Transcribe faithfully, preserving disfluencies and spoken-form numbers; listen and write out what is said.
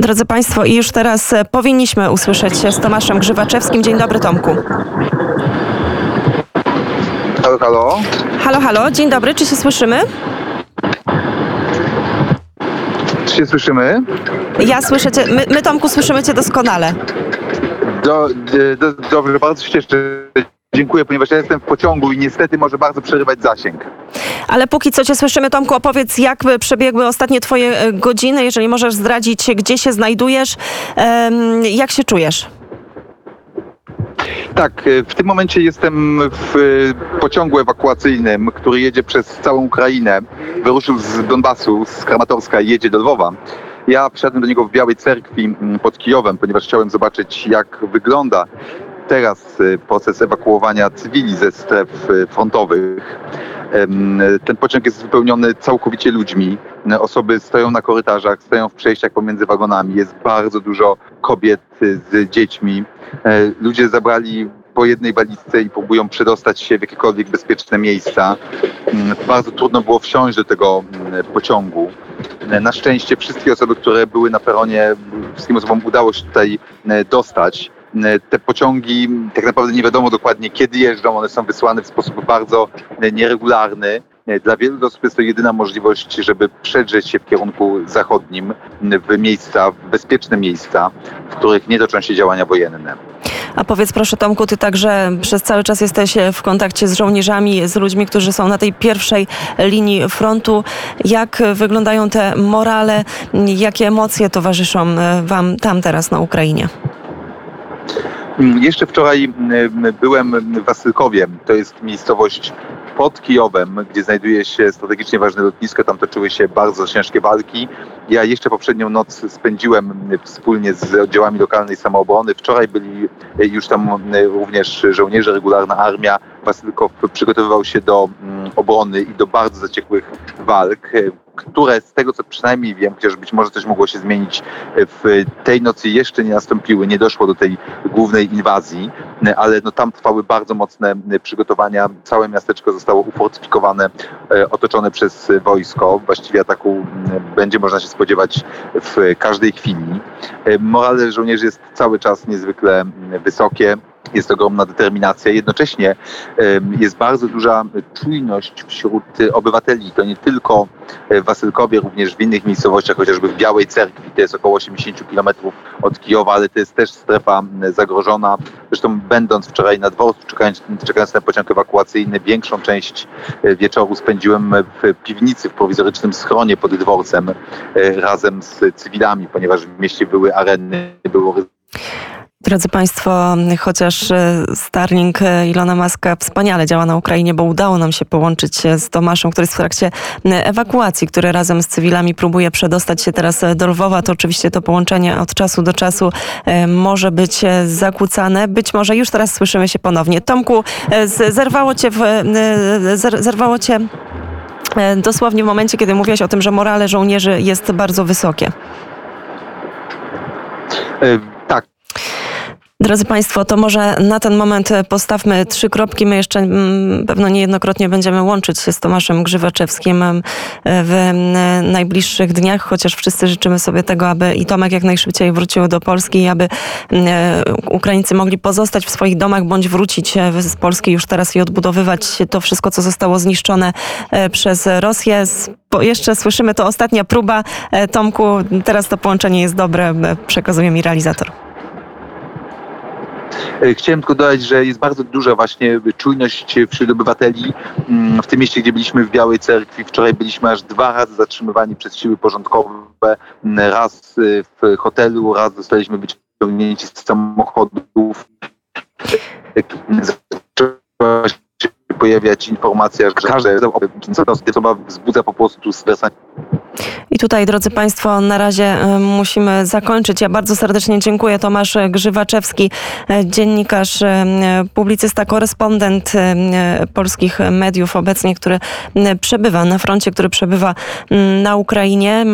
Drodzy Państwo, i już teraz powinniśmy usłyszeć się z Tomaszem Grzywaczewskim. Dzień dobry, Tomku. Halo, halo. Halo, halo. Dzień dobry. Czy się słyszymy? Czy się słyszymy? Ja słyszę Cię. My, my Tomku, słyszymy Cię doskonale. Do, do, dobrze, bardzo się cieszę. Dziękuję, ponieważ ja jestem w pociągu i niestety może bardzo przerywać zasięg. Ale póki co Cię słyszymy, Tomku, opowiedz, jak przebiegły ostatnie Twoje godziny, jeżeli możesz zdradzić, gdzie się znajdujesz, jak się czujesz? Tak, w tym momencie jestem w pociągu ewakuacyjnym, który jedzie przez całą Ukrainę. Wyruszył z Donbasu, z Kramatorska i jedzie do Lwowa. Ja wsiadłem do niego w Białej Cerkwi pod Kijowem, ponieważ chciałem zobaczyć, jak wygląda teraz proces ewakuowania cywili ze stref frontowych. Ten pociąg jest wypełniony całkowicie ludźmi. Osoby stoją na korytarzach, stoją w przejściach pomiędzy wagonami. Jest bardzo dużo kobiet z dziećmi. Ludzie zabrali po jednej walizce i próbują przedostać się w jakiekolwiek bezpieczne miejsca. Bardzo trudno było wsiąść do tego pociągu. Na szczęście wszystkie osoby, które były na peronie, wszystkim osobom udało się tutaj dostać. Te pociągi tak naprawdę nie wiadomo dokładnie kiedy jeżdżą, one są wysłane w sposób bardzo nieregularny. Dla wielu osób jest to jedyna możliwość, żeby przedrzeć się w kierunku zachodnim, w miejsca, w bezpieczne miejsca, w których nie toczą się działania wojenne. A powiedz proszę, Tomku, ty także przez cały czas jesteś w kontakcie z żołnierzami, z ludźmi, którzy są na tej pierwszej linii frontu. Jak wyglądają te morale, jakie emocje towarzyszą wam tam teraz na Ukrainie? Jeszcze wczoraj byłem w Wasylkowie, to jest miejscowość pod Kijowem, gdzie znajduje się strategicznie ważne lotnisko. Tam toczyły się bardzo ciężkie walki. Ja jeszcze poprzednią noc spędziłem wspólnie z oddziałami lokalnej samoobrony. Wczoraj byli już tam również żołnierze, regularna armia. Wasylkow przygotowywał się do obrony i do bardzo zaciekłych walk, które z tego co przynajmniej wiem, chociaż być może coś mogło się zmienić, w tej nocy jeszcze nie nastąpiły, nie doszło do tej głównej inwazji, ale no tam trwały bardzo mocne przygotowania. Całe miasteczko zostało ufortyfikowane, otoczone przez wojsko. Właściwie ataku będzie można się spodziewać w każdej chwili. Morale żołnierzy jest cały czas niezwykle wysokie. Jest ogromna determinacja. Jednocześnie jest bardzo duża czujność wśród obywateli. To nie tylko w Wasylkowie, również w innych miejscowościach, chociażby w Białej Cerkwi, to jest około osiemdziesiąt kilometrów od Kijowa, ale to jest też strefa zagrożona. Zresztą będąc wczoraj na dworcu, czekając, czekając na pociąg ewakuacyjny, większą część wieczoru spędziłem w piwnicy, w prowizorycznym schronie pod dworcem razem z cywilami, ponieważ w mieście były areny, było. Drodzy Państwo, chociaż Starlink Ilona Muska wspaniale działa na Ukrainie, bo udało nam się połączyć się z Tomaszem, który jest w trakcie ewakuacji, który razem z cywilami próbuje przedostać się teraz do Lwowa, to oczywiście to połączenie od czasu do czasu może być zakłócane. Być może już teraz słyszymy się ponownie. Tomku, zerwało cię, w, zerwało cię dosłownie w momencie, kiedy mówiłeś o tym, że morale żołnierzy jest bardzo wysokie. Tak. Drodzy Państwo, to może na ten moment postawmy trzy kropki. My jeszcze m, pewno niejednokrotnie będziemy łączyć się z Tomaszem Grzywaczewskim w najbliższych dniach, chociaż wszyscy życzymy sobie tego, aby i Tomek jak najszybciej wrócił do Polski i aby e, Ukraińcy mogli pozostać w swoich domach bądź wrócić z Polski już teraz i odbudowywać to wszystko, co zostało zniszczone e, przez Rosję. Bo jeszcze słyszymy, to ostatnia próba. E, Tomku, teraz to połączenie jest dobre, przekazuje mi realizator. Chciałem tylko dodać, że jest bardzo duża właśnie czujność wśród obywateli. W tym mieście, gdzie byliśmy w Białej Cerkwi, wczoraj byliśmy aż dwa razy zatrzymywani przez siły porządkowe. Raz w hotelu, raz zostaliśmy wyciągnięci z samochodów. Zaczęła się pojawiać informacja, że każda osoba wzbudza po prostu stres. I tutaj, drodzy Państwo, na razie musimy zakończyć. Ja bardzo serdecznie dziękuję. Tomasz Grzywaczewski, dziennikarz, publicysta, korespondent polskich mediów obecnie, który przebywa na froncie, który przebywa na Ukrainie.